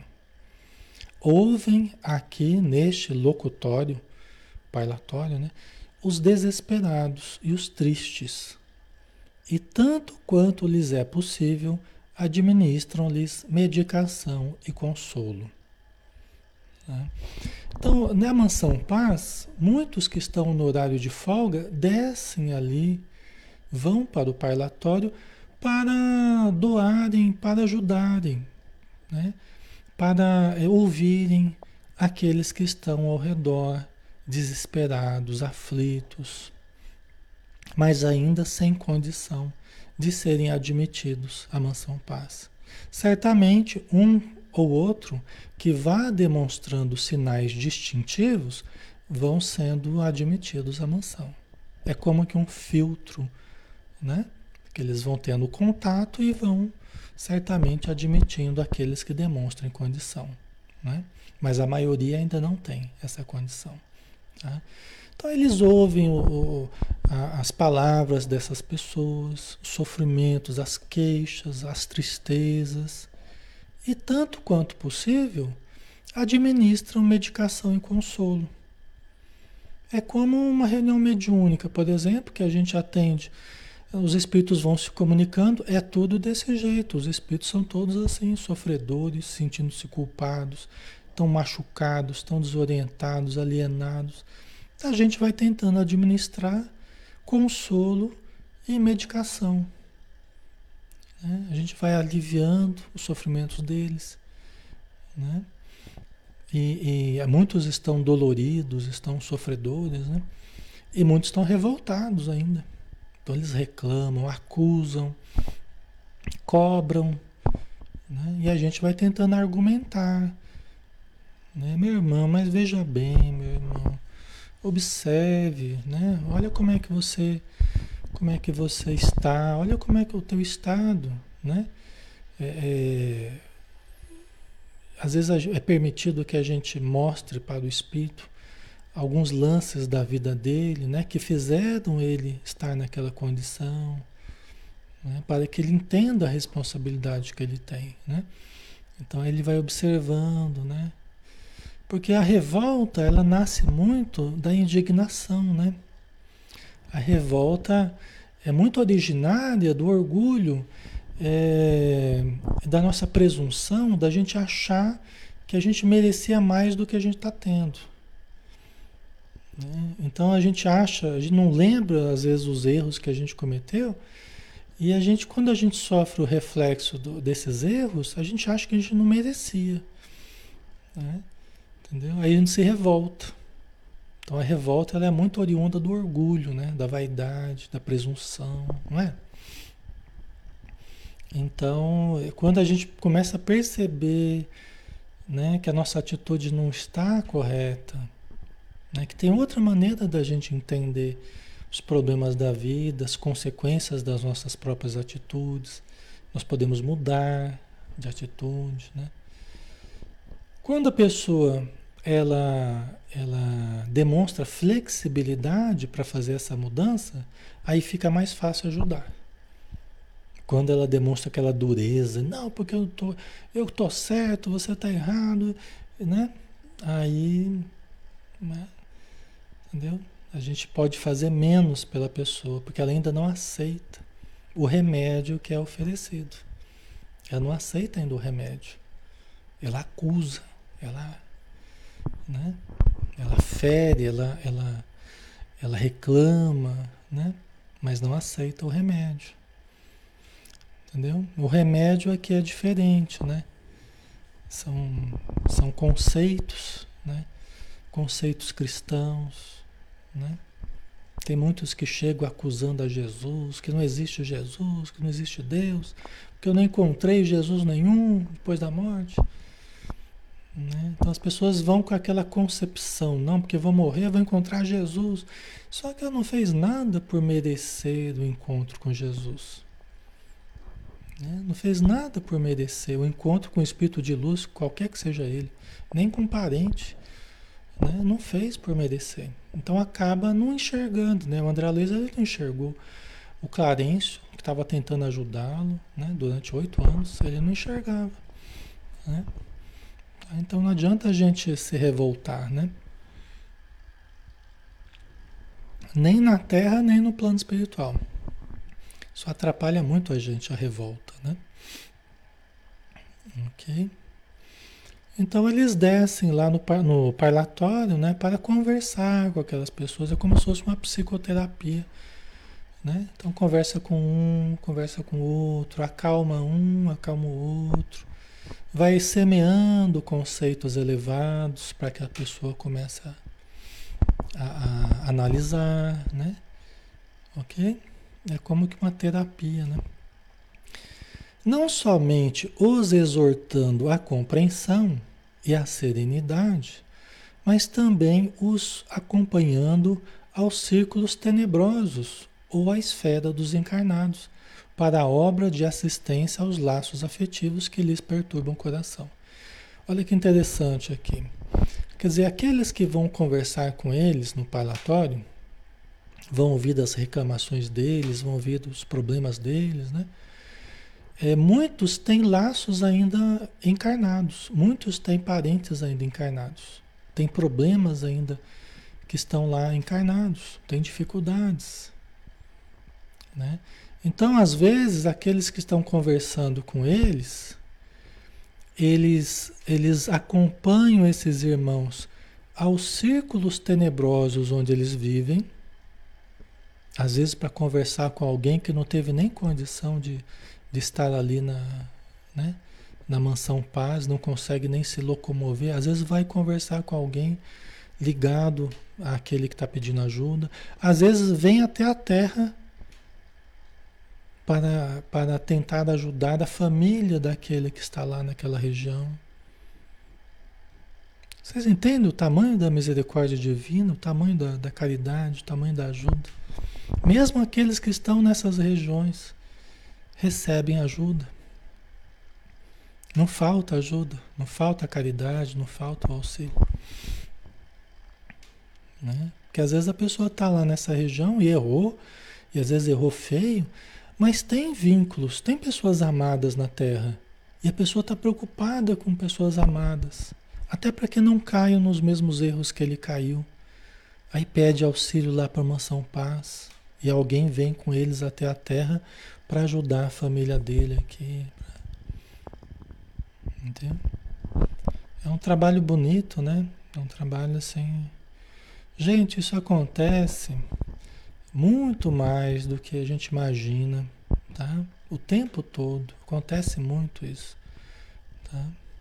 Ouvem aqui neste locutório, parlatório, né, os desesperados e os tristes, e tanto quanto lhes é possível, administram-lhes medicação e consolo. Né? Então, na Mansão Paz, muitos que estão no horário de folga descem ali, vão para o parlatório para doarem, para ajudarem, né? Para ouvirem aqueles que estão ao redor, desesperados, aflitos, mas ainda sem condição de serem admitidos à Mansão Paz. Certamente, um ou outro que vá demonstrando sinais distintivos vão sendo admitidos à mansão. É como que um filtro, né? Que eles vão tendo contato e vão certamente admitindo aqueles que demonstrem condição, né? Mas a maioria ainda não tem essa condição, tá? Então eles ouvem o, o, a, as palavras dessas pessoas, os sofrimentos, as queixas, as tristezas, e tanto quanto possível administram medicação e consolo. É como uma reunião mediúnica, por exemplo, que a gente atende. Os espíritos vão se comunicando, é tudo desse jeito. Os espíritos são todos assim, sofredores, sentindo-se culpados, estão machucados, estão desorientados, alienados. A gente vai tentando administrar consolo e medicação, né? A gente vai aliviando os sofrimentos deles, né? E, e muitos estão doloridos, estão sofredores, né? E muitos estão revoltados ainda. Então eles reclamam, acusam, cobram, né? E a gente vai tentando argumentar, né? Meu irmão, mas veja bem, meu irmão, observe, né? Olha como é que você, como é que você está, olha como é que é o teu estado, né? É, é, às vezes é permitido que a gente mostre para o espírito alguns lances da vida dele, né, que fizeram ele estar naquela condição, né, para que ele entenda a responsabilidade que ele tem, né? Então ele vai observando, né? Porque a revolta, ela nasce muito da indignação, né? A revolta é muito originária do orgulho, é, da nossa presunção, da gente achar que a gente merecia mais do que a gente está tendo. Né? Então a gente acha, a gente não lembra às vezes os erros que a gente cometeu, e a gente, quando a gente sofre o reflexo do, desses erros, a gente acha que a gente não merecia, né? Entendeu? Aí a gente se revolta. Então a revolta, ela é muito oriunda do orgulho, né? Da vaidade, da presunção, não é? Então, quando a gente começa a perceber, né, que a nossa atitude não está correta, né, que tem outra maneira da gente entender os problemas da vida, as consequências das nossas próprias atitudes, nós podemos mudar de atitude, né? Quando a pessoa ela, ela demonstra flexibilidade para fazer essa mudança, aí fica mais fácil ajudar. Quando ela demonstra aquela dureza, não, porque eu tô, eu tô certo, você está errado, né? Aí, né? Entendeu? A gente pode fazer menos pela pessoa, porque ela ainda não aceita o remédio que é oferecido. Ela não aceita ainda o remédio. Ela acusa, ela, né? Ela fere, ela, ela, ela reclama, né? Mas não aceita o remédio. Entendeu? O remédio aqui é diferente, né? São, são conceitos, né? Conceitos cristãos, né? Tem muitos que chegam acusando a Jesus, que não existe Jesus, que não existe Deus, que eu não encontrei Jesus nenhum depois da morte. Né? Então as pessoas vão com aquela concepção, não, porque eu vou morrer, eu vou encontrar Jesus. Só que ela não fez nada por merecer o encontro com Jesus. Né? Não fez nada por merecer o encontro com o Espírito de luz, qualquer que seja ele, nem com um parente. Né? Não fez por merecer. Então acaba não enxergando. Né? O André Luiz ele não enxergou. O Clarencio, que estava tentando ajudá-lo, né? Durante oito anos, ele não enxergava. Né? Então não adianta a gente se revoltar, né? Nem na Terra, nem no plano espiritual. Isso atrapalha muito a gente, a revolta, né? Ok? Então eles descem lá no, no parlatório, né? Para conversar com aquelas pessoas. É como se fosse uma psicoterapia, né? Então conversa com um, conversa com o outro, acalma um, acalma o outro. Vai semeando conceitos elevados para que a pessoa comece a, a, a analisar, né? Ok? É como que uma terapia, né? Não somente os exortando à compreensão e à serenidade, mas também os acompanhando aos círculos tenebrosos ou à esfera dos encarnados, para a obra de assistência aos laços afetivos que lhes perturbam o coração. Olha que interessante aqui. Quer dizer, aqueles que vão conversar com eles no parlatório, vão ouvir das reclamações deles, vão ouvir dos problemas deles, né? É, muitos têm laços ainda encarnados, muitos têm parentes ainda encarnados, têm problemas ainda que estão lá encarnados, têm dificuldades, né? Então, às vezes, aqueles que estão conversando com eles, eles, eles acompanham esses irmãos aos círculos tenebrosos onde eles vivem, às vezes para conversar com alguém que não teve nem condição de, de estar ali na, né, na mansão paz, não consegue nem se locomover, às vezes vai conversar com alguém ligado àquele que está pedindo ajuda, às vezes vem até a Terra para, para tentar ajudar a família daquele que está lá naquela região. Vocês entendem o tamanho da misericórdia divina, o tamanho da, da caridade, o tamanho da ajuda? Mesmo aqueles que estão nessas regiões recebem ajuda. Não falta ajuda, não falta caridade, não falta o auxílio. Né? Porque às vezes a pessoa está lá nessa região e errou, e às vezes errou feio, mas tem vínculos, tem pessoas amadas na Terra. E a pessoa está preocupada com pessoas amadas. Até para que não caiam nos mesmos erros que ele caiu. Aí pede auxílio lá para a Mansão Paz. E alguém vem com eles até a Terra para ajudar a família dele aqui. Entendeu? É um trabalho bonito, né? É um trabalho assim... Gente, isso acontece muito mais do que a gente imagina, tá? O tempo todo. Acontece muito isso, tá?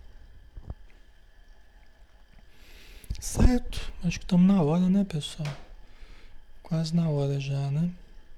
Certo? Acho que estamos na hora, né, pessoal? Quase na hora já, né?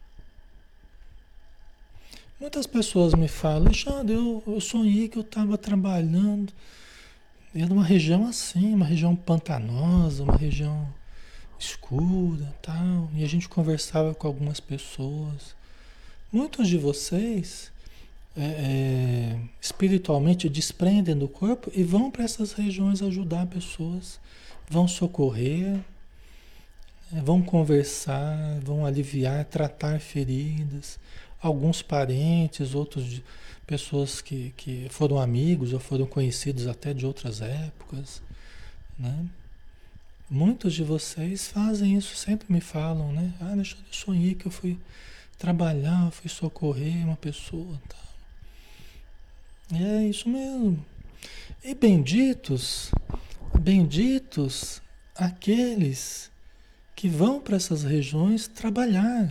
Muitas pessoas me falam, Alexandre, eu, eu sonhei que eu estava trabalhando em uma região assim, uma região pantanosa, uma região escura, tal, e a gente conversava com algumas pessoas. Muitos de vocês é, é, espiritualmente desprendem do corpo e vão para essas regiões ajudar pessoas, vão socorrer, é, vão conversar, vão aliviar, tratar feridas. Alguns parentes, outros de pessoas que, que foram amigos ou foram conhecidos até de outras épocas, né? Muitos de vocês fazem isso, sempre me falam, né? Ah, deixa eu sonhei que eu fui trabalhar, fui socorrer uma pessoa, tá? É isso mesmo. E benditos, benditos aqueles que vão para essas regiões trabalhar,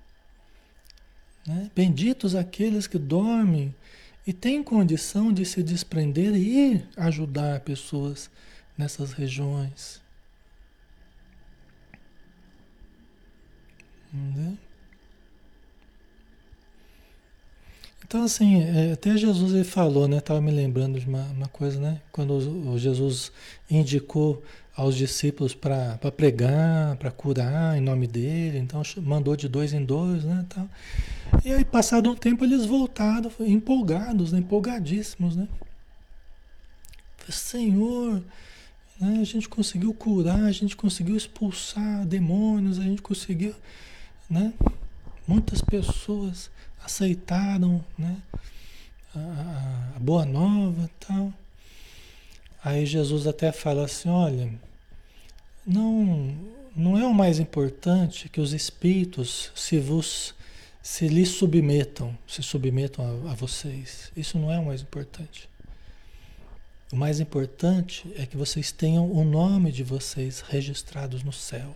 né? Benditos aqueles que dormem e têm condição de se desprender e ir ajudar pessoas nessas regiões. Entendeu? Então, assim, é, até Jesus ele falou, né? Estava me lembrando de uma, uma coisa, né? Quando o, o Jesus indicou aos discípulos para pregar, para curar em nome dele, então mandou de dois em dois, né? Tal. E aí, passado um tempo, eles voltaram empolgados, né? Empolgadíssimos, né? Senhor, né? A gente conseguiu curar, a gente conseguiu expulsar demônios, a gente conseguiu, né? Muitas pessoas aceitaram, né? A, a boa nova e tal. Aí Jesus até fala assim, olha, não, não é o mais importante que os espíritos se vos se lhes submetam, se submetam a, a vocês. Isso não é o mais importante. O mais importante é que vocês tenham o nome de vocês registrados no céu.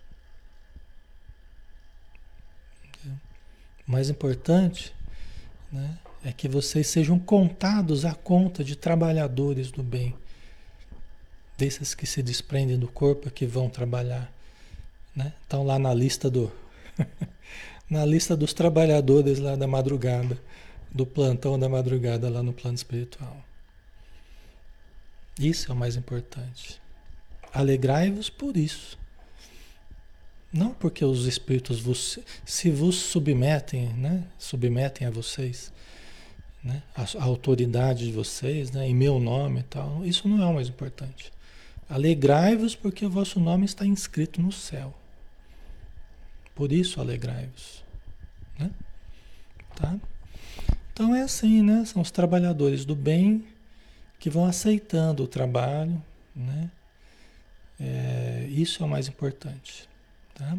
Entendeu? O mais importante, né, é que vocês sejam contados à conta de trabalhadores do bem, desses que se desprendem do corpo e que vão trabalhar, né? Estão lá na lista do na lista dos trabalhadores lá da madrugada, do plantão da madrugada lá no plano espiritual. Isso é o mais importante. Alegrai-vos por isso. Não porque os espíritos vos, se vos submetem, né? Submetem a vocês, né? A, a autoridade de vocês, né? Em meu nome e tal. Isso não é o mais importante. Alegrai-vos porque o vosso nome está inscrito no céu. Por isso alegrai-vos, né? Tá? Então é assim, né? São os trabalhadores do bem que vão aceitando o trabalho, né? É, isso é o mais importante, tá?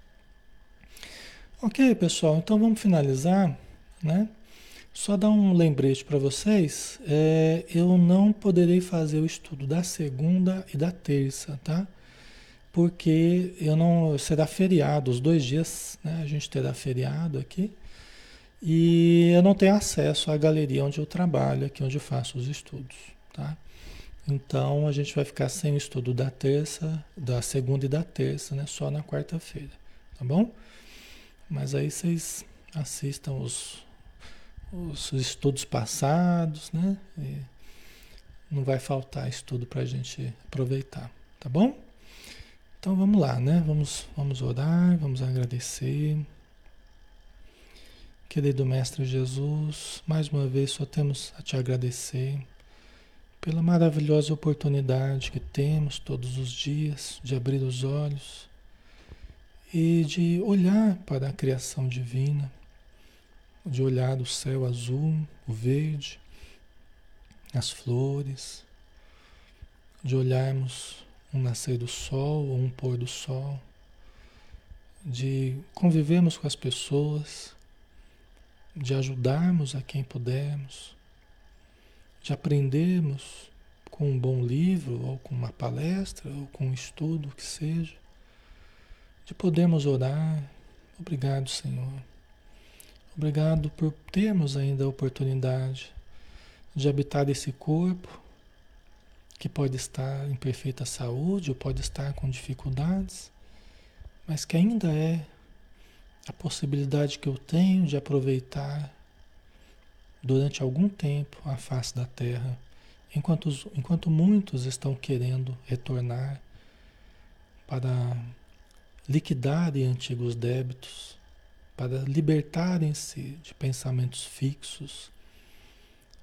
Ok, pessoal, então vamos finalizar, né? Só dar um lembrete para vocês, é, eu não poderei fazer o estudo da segunda e da terça, tá? Porque eu não será feriado, os dois dias, né? A gente terá feriado aqui e eu não tenho acesso à galeria onde eu trabalho, aqui onde eu faço os estudos, tá? Então a gente vai ficar sem o estudo da terça, da segunda e da terça, né? Só na quarta-feira, tá bom? Mas aí vocês assistam os, os estudos passados, né? E não vai faltar estudo para a gente aproveitar, tá bom? Então vamos lá, né? Vamos, vamos orar, vamos agradecer. Querido Mestre Jesus, mais uma vez só temos a te agradecer pela maravilhosa oportunidade que temos todos os dias de abrir os olhos e de olhar para a criação divina, de olhar o céu azul, o verde, as flores, de olharmos um nascer do sol ou um pôr do sol, de convivermos com as pessoas, de ajudarmos a quem pudermos, de aprendermos com um bom livro, ou com uma palestra, ou com um estudo, o que seja, de podermos orar. Obrigado, Senhor. Obrigado por termos ainda a oportunidade de habitar esse corpo, que pode estar em perfeita saúde, ou pode estar com dificuldades, mas que ainda é a possibilidade que eu tenho de aproveitar durante algum tempo a face da Terra, enquanto, enquanto muitos estão querendo retornar para liquidarem antigos débitos, para libertarem-se de pensamentos fixos,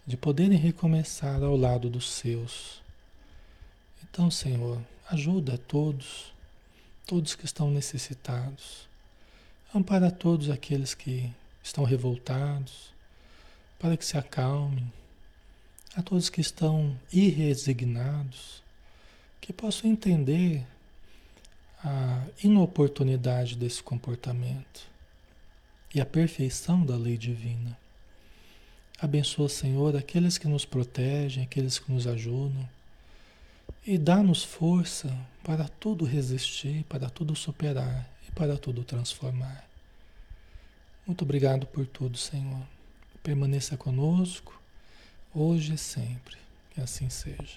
de poderem recomeçar ao lado dos seus. Então, Senhor, ajuda a todos, todos que estão necessitados. Ampara todos aqueles que estão revoltados, para que se acalmem. A todos que estão irresignados, que possam entender a inoportunidade desse comportamento e a perfeição da lei divina. Abençoa, Senhor, aqueles que nos protegem, aqueles que nos ajudam, e dá-nos força para tudo resistir, para tudo superar e para tudo transformar. Muito obrigado por tudo, Senhor. Permaneça conosco, hoje e sempre. Que assim seja.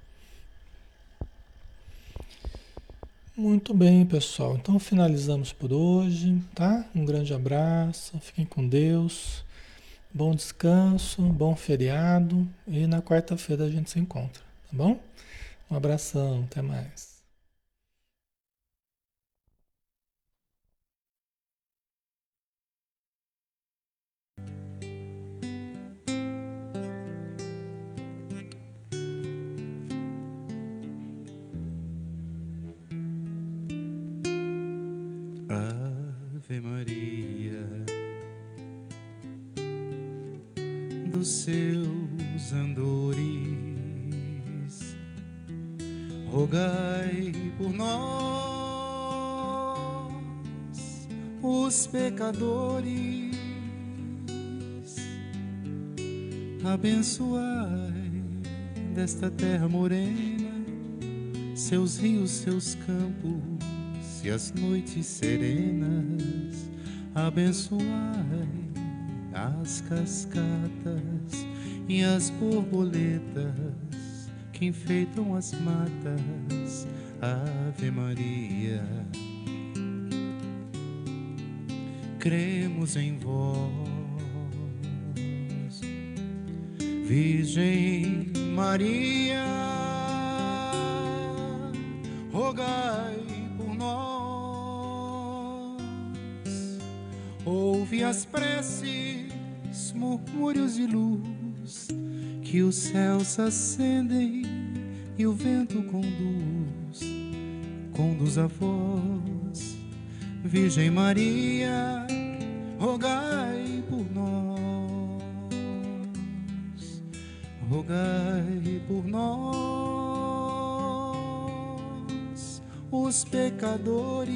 Muito bem, pessoal. Então finalizamos por hoje, tá? Um grande abraço, fiquem com Deus. Bom descanso, bom feriado e na quarta-feira a gente se encontra, tá bom? Um abração, até mais. Ave Maria, dos seus andores, rogai por nós, os pecadores, abençoai desta terra morena, seus rios, seus campos e as noites serenas, abençoai as cascatas e as borboletas que enfeitam as matas. Ave Maria, cremos em vós, Virgem Maria, rogai por nós, ouve as preces, murmúrios de luz, que os céus acendem e o vento conduz, conduz a vós, Virgem Maria, rogai por nós, rogai por nós, os pecadores,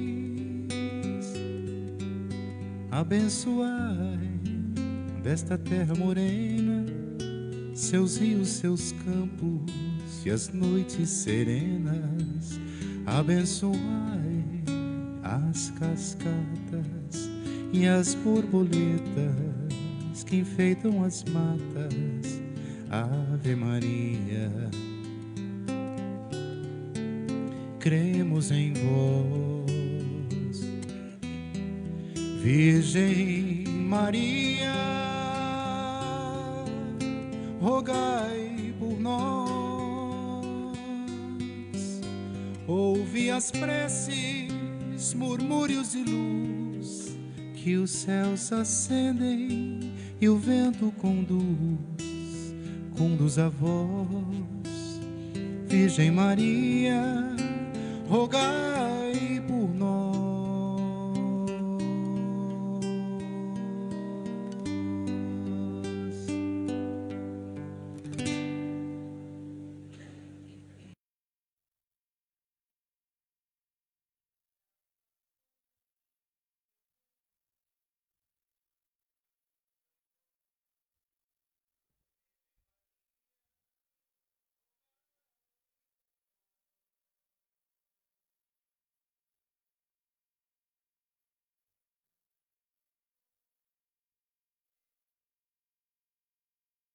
abençoai desta terra morena, seus rios, seus campos e as noites serenas, abençoai as cascatas e as borboletas que enfeitam as matas. Ave Maria, cremos em vós, Virgem Maria, rogai por nós, ouve as preces, murmúrios de luz, que os céus acendem e o vento conduz, conduz a vós, Virgem Maria, rogai